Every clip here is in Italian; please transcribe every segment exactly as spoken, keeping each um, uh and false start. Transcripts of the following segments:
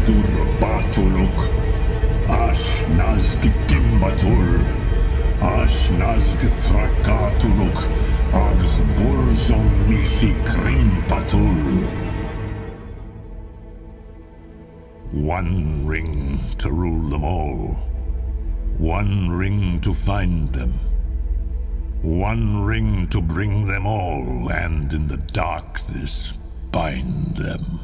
Batuluk, Ashnazg Gimbatul, Ashnazg Thrakatuluk, Agh Burzum Misi Krimpatul. One ring to rule them all, one ring to find them, one ring to bring them all, and in the darkness bind them.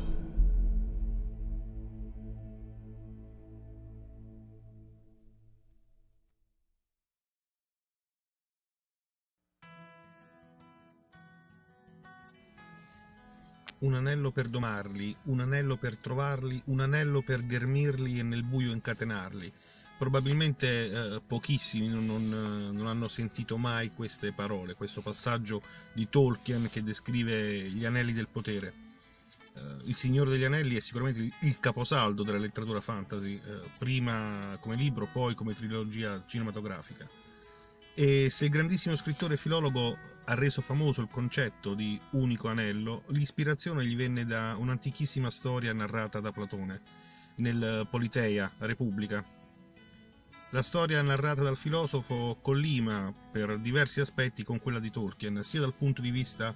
Un anello per domarli, un anello per trovarli, un anello per ghermirli e nel buio incatenarli. Probabilmente eh, pochissimi non, non, non hanno sentito mai queste parole, questo passaggio di Tolkien che descrive gli anelli del potere. Eh, Il Signore degli Anelli è sicuramente il caposaldo della letteratura fantasy, eh, prima come libro, poi come trilogia cinematografica. E se il grandissimo scrittore e filologo ha reso famoso il concetto di unico anello, l'ispirazione gli venne da un'antichissima storia narrata da Platone, nel Politeia, Repubblica. La storia narrata dal filosofo collima per diversi aspetti con quella di Tolkien, sia dal punto di vista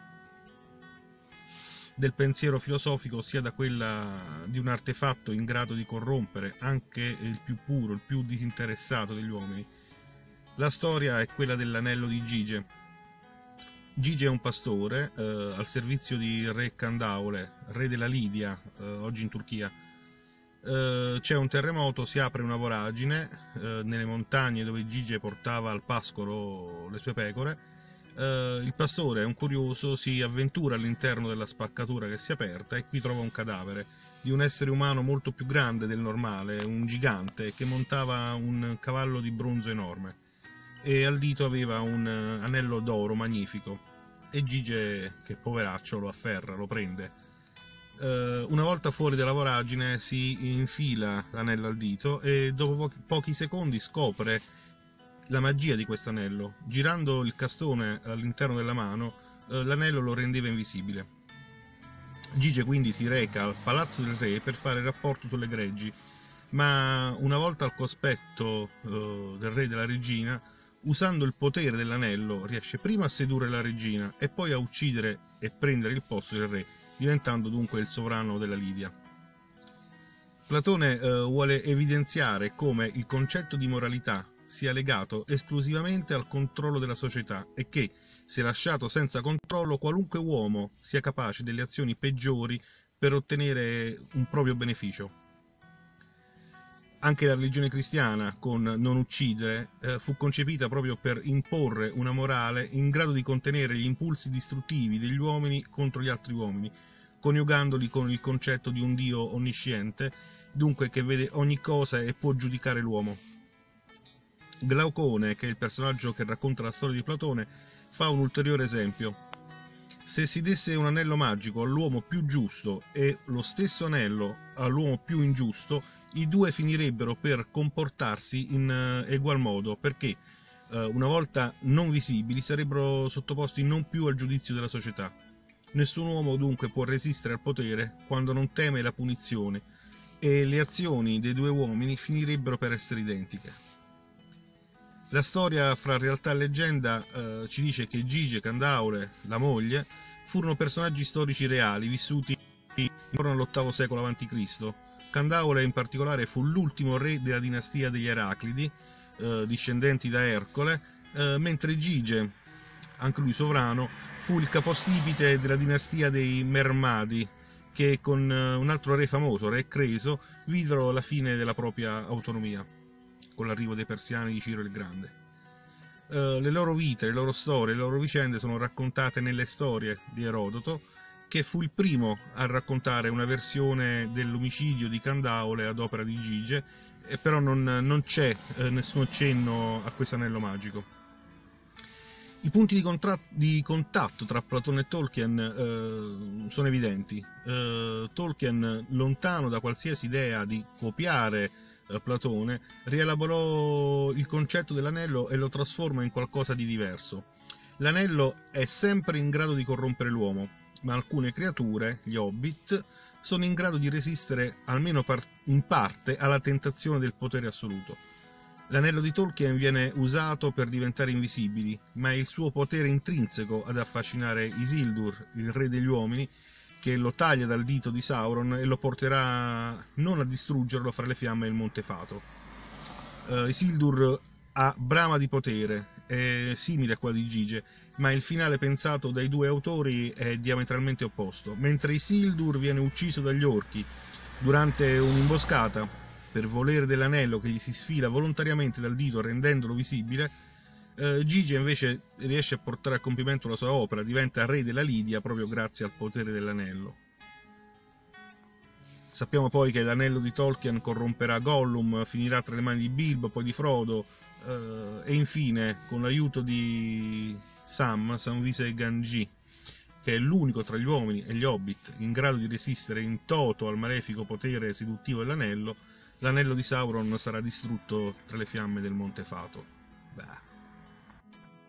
del pensiero filosofico, sia da quella di un artefatto in grado di corrompere anche il più puro, il più disinteressato degli uomini. La storia è quella dell'anello di Gige. Gige è un pastore eh, al servizio di re Candaole, re della Lidia, eh, oggi in Turchia. Eh, c'è un terremoto, si apre una voragine eh, nelle montagne dove Gige portava al pascolo le sue pecore. Eh, il pastore è un curioso, si avventura all'interno della spaccatura che si è aperta e qui trova un cadavere di un essere umano molto più grande del normale, un gigante che montava un cavallo di bronzo enorme e al dito aveva un anello d'oro magnifico, e Gige, che poveraccio, lo afferra, lo prende. Uh, una volta fuori dalla voragine si infila l'anello al dito e dopo pochi, pochi secondi scopre la magia di questo anello. Girando il castone all'interno della mano, uh, l'anello lo rendeva invisibile. Gige quindi si reca al palazzo del re per fare rapporto sulle greggi, ma una volta al cospetto uh, del re e della regina, usando il potere dell'anello, riesce prima a sedurre la regina e poi a uccidere e prendere il posto del re, diventando dunque il sovrano della Lidia. Platone eh, vuole evidenziare come il concetto di moralità sia legato esclusivamente al controllo della società e che, se lasciato senza controllo, qualunque uomo sia capace delle azioni peggiori per ottenere un proprio beneficio. Anche la religione cristiana, con non uccidere, eh, fu concepita proprio per imporre una morale in grado di contenere gli impulsi distruttivi degli uomini contro gli altri uomini, coniugandoli con il concetto di un Dio onnisciente, dunque che vede ogni cosa e può giudicare l'uomo. Glaucone, che è il personaggio che racconta la storia di Platone, fa un ulteriore esempio. Se si desse un anello magico all'uomo più giusto e lo stesso anello all'uomo più ingiusto, i due finirebbero per comportarsi in uh, egual modo, perché uh, una volta non visibili sarebbero sottoposti non più al giudizio della società. Nessun uomo dunque può resistere al potere quando non teme la punizione, e le azioni dei due uomini finirebbero per essere identiche. La storia fra realtà e leggenda uh, ci dice che Gige, Candaole, la moglie, furono personaggi storici reali vissuti intorno all'ottavo secolo avanti Cristo. Candaole in particolare fu l'ultimo re della dinastia degli Eraclidi, eh, discendenti da Ercole, eh, mentre Gige, anche lui sovrano, fu il capostipite della dinastia dei Mermadi, che con eh, un altro re famoso, re Creso, videro la fine della propria autonomia, con l'arrivo dei persiani di Ciro il Grande. Eh, le loro vite, le loro storie, le loro vicende sono raccontate nelle storie di Erodoto, che fu il primo a raccontare una versione dell'omicidio di Candaole ad opera di Gige, e però non, non c'è eh, nessun cenno a questo anello magico. I punti di, di contatto tra Platone e Tolkien eh, sono evidenti. Eh, Tolkien, lontano da qualsiasi idea di copiare eh, Platone, rielaborò il concetto dell'anello e lo trasforma in qualcosa di diverso. L'anello è sempre in grado di corrompere l'uomo, ma alcune creature, gli hobbit, sono in grado di resistere, almeno in parte, alla tentazione del potere assoluto. L'anello di Tolkien viene usato per diventare invisibili, ma è il suo potere intrinseco ad affascinare Isildur, il re degli uomini, che lo taglia dal dito di Sauron e lo porterà non a distruggerlo fra le fiamme del Monte Fato. Uh, Isildur ha brama di potere, è simile a quella di Gige, ma il finale pensato dai due autori è diametralmente opposto. Mentre Isildur viene ucciso dagli orchi durante un'imboscata per volere dell'anello che gli si sfila volontariamente dal dito rendendolo visibile, eh, Gige invece riesce a portare a compimento la sua opera, diventa re della Lidia proprio grazie al potere dell'anello. Sappiamo poi che l'anello di Tolkien corromperà Gollum, finirà tra le mani di Bilbo, poi di Frodo, eh, e infine, con l'aiuto di Sam, Samwise e Gamgee, che è l'unico tra gli uomini e gli hobbit in grado di resistere in toto al malefico potere seduttivo dell'anello, l'anello di Sauron sarà distrutto tra le fiamme del Monte Fato. Beh.